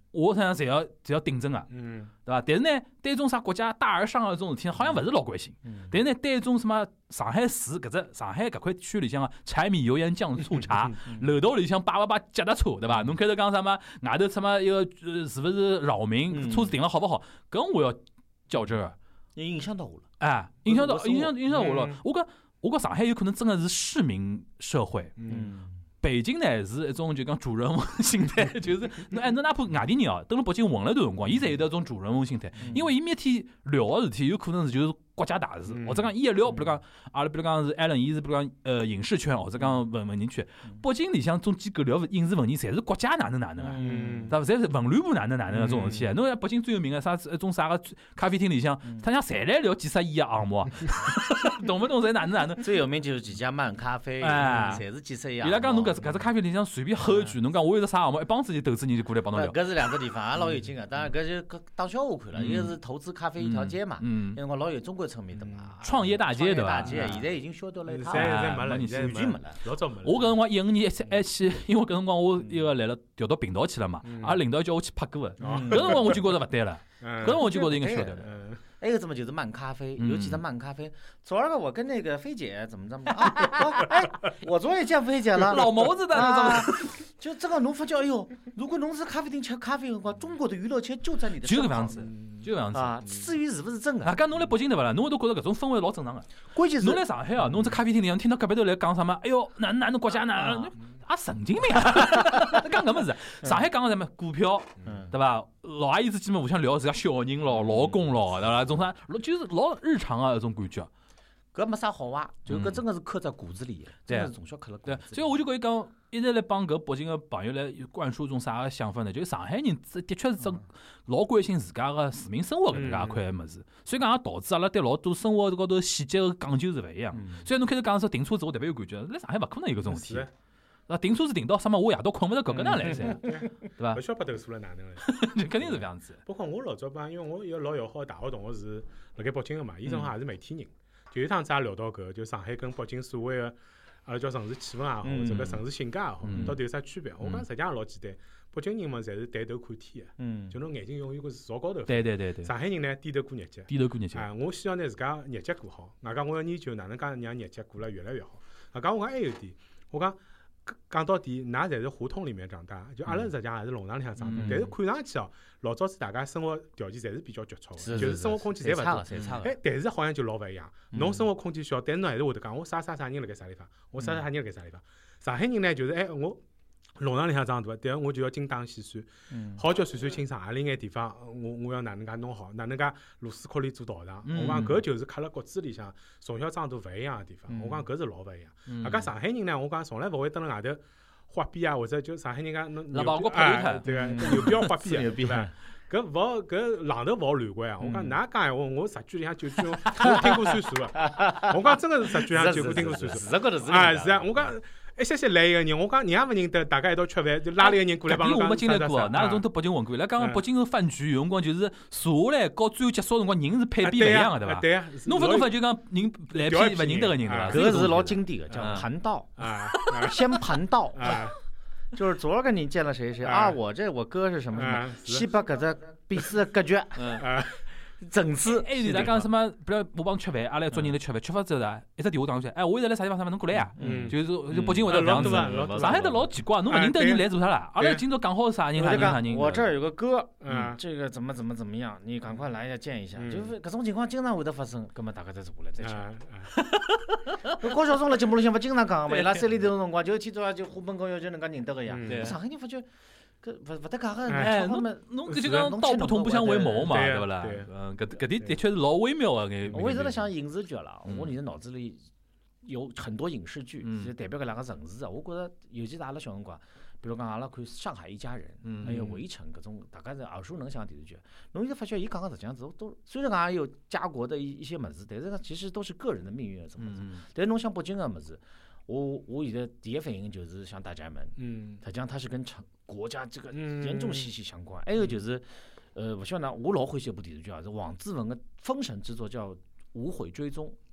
我想侪要顶真个，对伐？但是呢，对种啥国家大而上的这种事体，好像勿是老关心。但是呢，对种什么上海市搿只上海搿块区里向个柴米油盐酱醋茶，楼道里向摆脚踏车，对伐？侬开头讲啥么外头什么一个是勿是扰民，车子停了好勿好？搿我要较真个， 影响到我了。 哎，影响到我了。我讲上海有可能真的是市民社会。北京呢是一种就讲主人翁心态，就是侬哪怕外地人哦，蹲辣北京混了段辰光，伊侪有得种主人翁心态，因为伊每天聊个事体有可能是就是国家大事，或者讲伊一聊，比如讲阿拉比如讲是 Allen， 伊是比如讲影视圈或者讲文艺圈，北京里向种机构聊影视文艺，侪是国家哪能啊，对伐？侪是文旅部哪能这种事体。侬像北京最有名个啥一种啥个咖啡厅里向，他像侪来聊几十亿个项目，懂不懂？侪哪能？ 最有名就是几家慢咖啡，侪是几十亿。 伊拉讲侬搿只咖啡里向随便吼一句，侬讲我有个啥项目，一帮子投资人就过来帮侬聊。 搿是两个地方，也老有劲个。当然搿就当笑话看了，一个是投资咖啡一条街嘛，因为我老有中国村民的嘛。 创业大街对伐？ 现在已经消掉了一趟， 现没了， 完全没了， 老早没了。 我搿辰光15年还去，因为搿辰光我一个来了调到频道去了嘛，阿拉领导叫我去拍歌个，搿辰光我就觉着勿对了，搿辰光我就觉着应该消掉了。 还有怎么就是慢咖啡，尤其是慢咖啡。昨儿个我跟那个菲姐怎么啊？我昨也见菲姐了， 老谋子的那种。 就这个侬发觉，哎呦，如果侬是咖啡厅吃咖啡的话，中国的娱乐圈就在你的身旁。 就搿样子，就搿样子啊。至于是不是真的？ 啊，讲侬来北京对勿啦？侬会都觉着搿种氛围老正常个。 关键是侬来上海啊，侬在咖啡厅里向听到隔壁头来讲什么？哎呦，哪能国家哪？啊，神经病啊！讲搿么子？上海讲个什么股票，对伐？老阿姨之间嘛互相聊自家小人咯、老公咯，对伐？种啥，就是老日常个一种感觉。 搿没啥好话，就搿真个是刻在骨子里，真是从小刻了骨子里。 所以我就跟伊讲，一直来帮搿北京个朋友来灌输种啥个想法呢？就是上海人的确是真老关心自家个市民生活搿能介一块物事，所以讲也导致阿拉对老多生活高头细节个讲究是勿一样。虽然侬开始讲说停车子，我特别有感觉，来上海勿可能有搿种事体。停车子停到什么，我夜到困勿着，搿能来噻，对伐？ 勿晓得投诉了哪能了， 肯定是搿样子。 包括我老早帮，因为我一个老要好的大学同学是辣盖北京个嘛，伊正好也是媒体人，就有一趟子也聊到搿，就上海跟北京所谓个阿拉叫城市气氛也好，或者搿城市性格也好，到底有啥区别？我讲实际上老简单，北京人嘛侪是抬头看天个，就侬眼睛永远是朝高头。 对。 上海人呢低头过日脚，啊，我希望呢自家日脚过好，外加我要研究哪能介让日脚过了越来越好。外加我讲还有点，我讲。讲到底，㑚侪是胡同里面长大，就阿拉实际上还是弄堂里向长大，但是看上去哦，老早子大家生活条件侪是比较局促的，就是生活空间侪勿多。哎，但是好像就老勿一样，侬生活空间小，但是侬还是会得讲，我啥人辣盖啥地方，我啥人辣盖啥地方。上海人呢，就是我弄堂里向长大，但我就要精打细算，好叫算算清爽，何里眼地方我要哪能介弄好，哪能介螺丝壳里做道场。我讲搿就是刻辣骨子里向从小长大勿一样个地方。我讲搿是老勿一样。阿家上海人呢，我讲从来勿会蹲辣外头花边啊，或者就上海人讲侬牛逼对个，牛逼要花边啊，对伐？搿勿搿浪头勿好乱怪啊！我讲㑚讲闲话，我十句里向9句我听过算数个。我讲真个是10句里向9句听过算数。啊，是啊，我讲。一些来一个人，我讲人也勿认得，大家一道吃饭，就拉了一个人过来帮侬讲。 我没经历过，哪种都北京混过。伊拉讲北京个饭局有辰光就是坐下来，到最后结束辰光人是配比勿一样个，对伐？ 对啊。 侬勿就讲人来批勿认得个人对伐？ 搿是老经典个，叫盘道啊，先盘道啊。就是昨儿个你见了谁啊？我哥是什么什么，先把搿只彼此隔绝。整次， 还有人家讲什么？比如我帮吃饭，阿拉一桌人来吃饭，吃饭之后啊，一只电话打过去，哎，我现在来啥地方？侬过来呀？就北京会得这样子。上海的老奇怪，侬勿认得人来做啥啦？阿拉今朝讲好啥人啥人？ 我这儿有个哥，这个怎么样？你赶快来一下见一下。就是搿种情况经常会得发生，葛末大家再坐下来再吃。高晓松辣节目里向勿经常讲嘛，伊拉山里头辰光就天早就虎门高要就能介认得个呀。上海人发觉。搿勿得讲个， 哎，侬搿就讲道不同不相为谋嘛，对勿啦？搿点的确是老微妙个眼。 我一直在想影视剧了，我现在脑子里有很多影视剧，就代表搿两个城市啊。我觉着，尤其是阿拉小辰光，比如讲阿拉看《上海一家人》，还有《围城》搿种大家是耳熟能详的电视剧。侬现在发觉，伊讲个实际上都虽然讲也有家国的一些物事，但是其实都是个人的命运什么子。但是侬像北京个物事。我现在第一反应就是像大宅门，实际上它是跟国家这个严重息息相关。还有就是，勿晓得我老欢喜一部电视剧啊，是王志文的封神之作叫《无悔追踪》，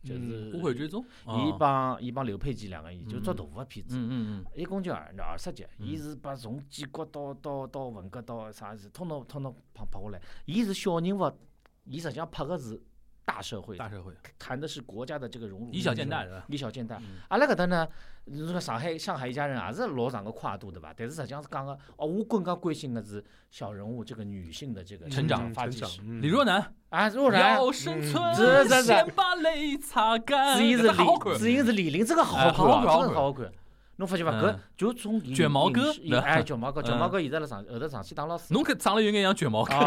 就是误会追踪， 伊帮刘佩琦两个人就做大个片子，一共就20集，伊是把从建国到文革到啥事，通通拍下来。伊是小人物，伊实际上拍个是大社会，谈的是国家的这个荣辱。 以小见大的， 以小见大。阿拉搿搭呢，如果上海一家人也是老长个跨度对吧？但是实际上是讲个我更加关心的是小人物这个女性的这个成长发展史。 李若男啊，若男要生存，先把泪擦干。 主演是李玲，这个好看啊，真的好看。侬发现伐？搿就从卷毛哥， 卷毛哥现在后头上去当老师。 侬搿长了有眼像卷毛哥。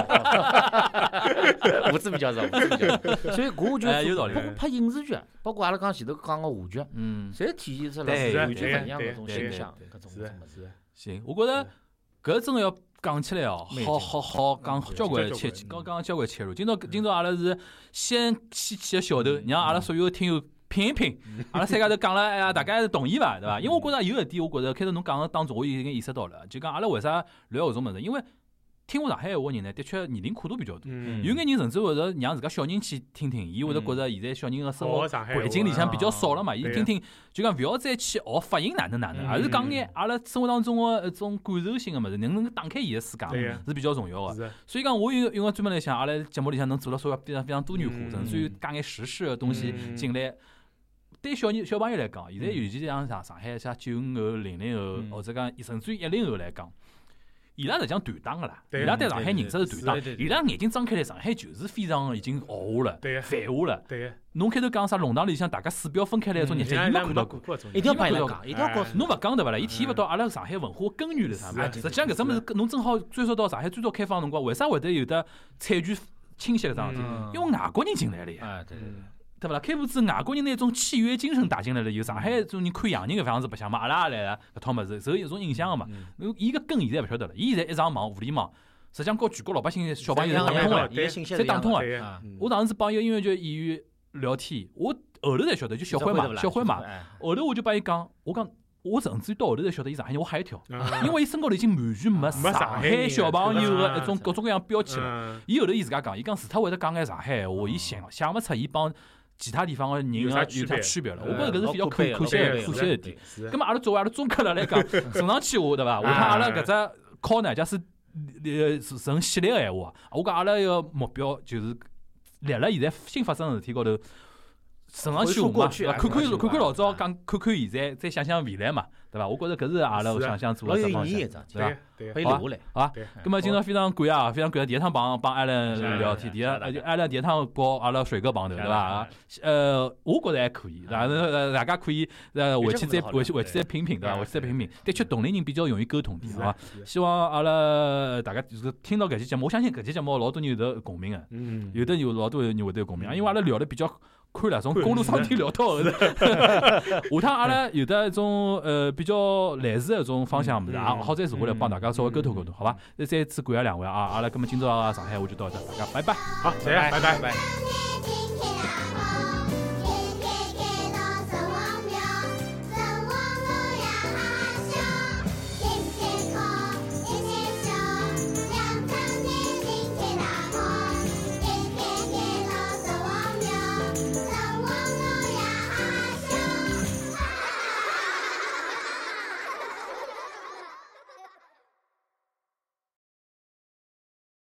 胡子比较少，所以我就有道理。 包括拍影视剧，包括阿拉前头讲个话剧，侪体现出来完全勿一样搿种形象，搿种是。 行，我觉着搿真个要讲起来哦，好讲交关切，刚刚交关切入。今朝阿拉是先掀起个小头，让阿拉所有听友。拼一拼，阿拉三家头讲了，哎呀，大家是同意伐？对伐？因为我觉着有一点，我觉着开头侬讲个当中，我已经意识到了，就讲阿拉为啥聊搿种物事？因为听我上海话人呢，的确年龄跨度比较大，有眼人甚至会得让自家小人去听听，伊会得觉着现在小人个生活环境里向比较少了嘛，伊听听就讲勿要再去学发音哪能，而是讲眼阿拉生活当中个一种感受性个物事，能打开伊个世界是比较重要个。所以讲，我因为专门来想，阿拉节目里向能做了稍微非常多元化，甚至于加眼时事个东西进来。对小朋友来讲，现在尤其像上海像95后、00后，或者讲甚至于10后来讲，伊拉实际上断档个啦。伊拉对上海认识是断档，伊拉眼睛张开来，上海就是非常已经豪华了、繁华了。侬开头讲啥弄堂里向大家鼠标分开来一种日脚，伊没看到过， 一定要帮伊拉讲，一定要告诉侬勿讲对勿啦？伊体会勿到阿拉上海文化根源是啥嘛？实际上搿只物事，侬正好追溯到上海最早开放辰光，为啥会得有的产权倾斜搿桩事体？因为外国人进来了呀。对勿啦？开埠之外国人那种契约精神打进来了，有上海种人看洋人搿样子白相嘛，阿拉也来了搿套物事，受一种影响个嘛。伊个根现在勿晓得了，伊现在一上网互联网，实际上跟全国老百姓小朋友打通个，侪打通个。我当时是帮一个音乐剧演员聊天，我后头才晓得，就小辉嘛，后头我就帮伊讲，我甚至于到后头才晓得伊上海人，我吓一跳，因为伊身高头已经完全没上海小朋友个一种各种各样标签了。伊后头伊自家讲，伊讲除脱会得讲眼上海话，伊想勿出伊帮其他地方个人有啥区别了？我觉着搿是比较可惜一点。葛末阿拉作为阿拉中客了来讲，承上启下对伐？下趟阿拉搿只考呢，假使成系列个闲话，我讲阿拉个目标就是立辣现在新发生个事体高头。承上启下嘛，看看老早讲，看看现在，再想想未来嘛，对伐？我觉着搿是阿拉想做个方向，对伐？ 对，好啊。咁么今朝非常感谢，第一趟帮艾伦聊天，艾伦第一趟跟阿拉水哥碰头，对伐？我觉着还可以，大家可以回去再品品，对伐？回去再品品，的确同龄人比较容易沟通点，好伐？希望阿拉大家就是听到搿期节目，我相信搿期节目老多人有得共鸣个，有的有老多人会得有共鸣，因为阿拉聊得比较。看了，从公路上天聊到后头，下趟阿拉有的一种比较类似的一种方向物事，好再坐下来帮大家稍微沟通沟通，好吧？再次感谢两位啊！阿拉咁么今朝上海话就到这，大家拜拜。 好，拜拜。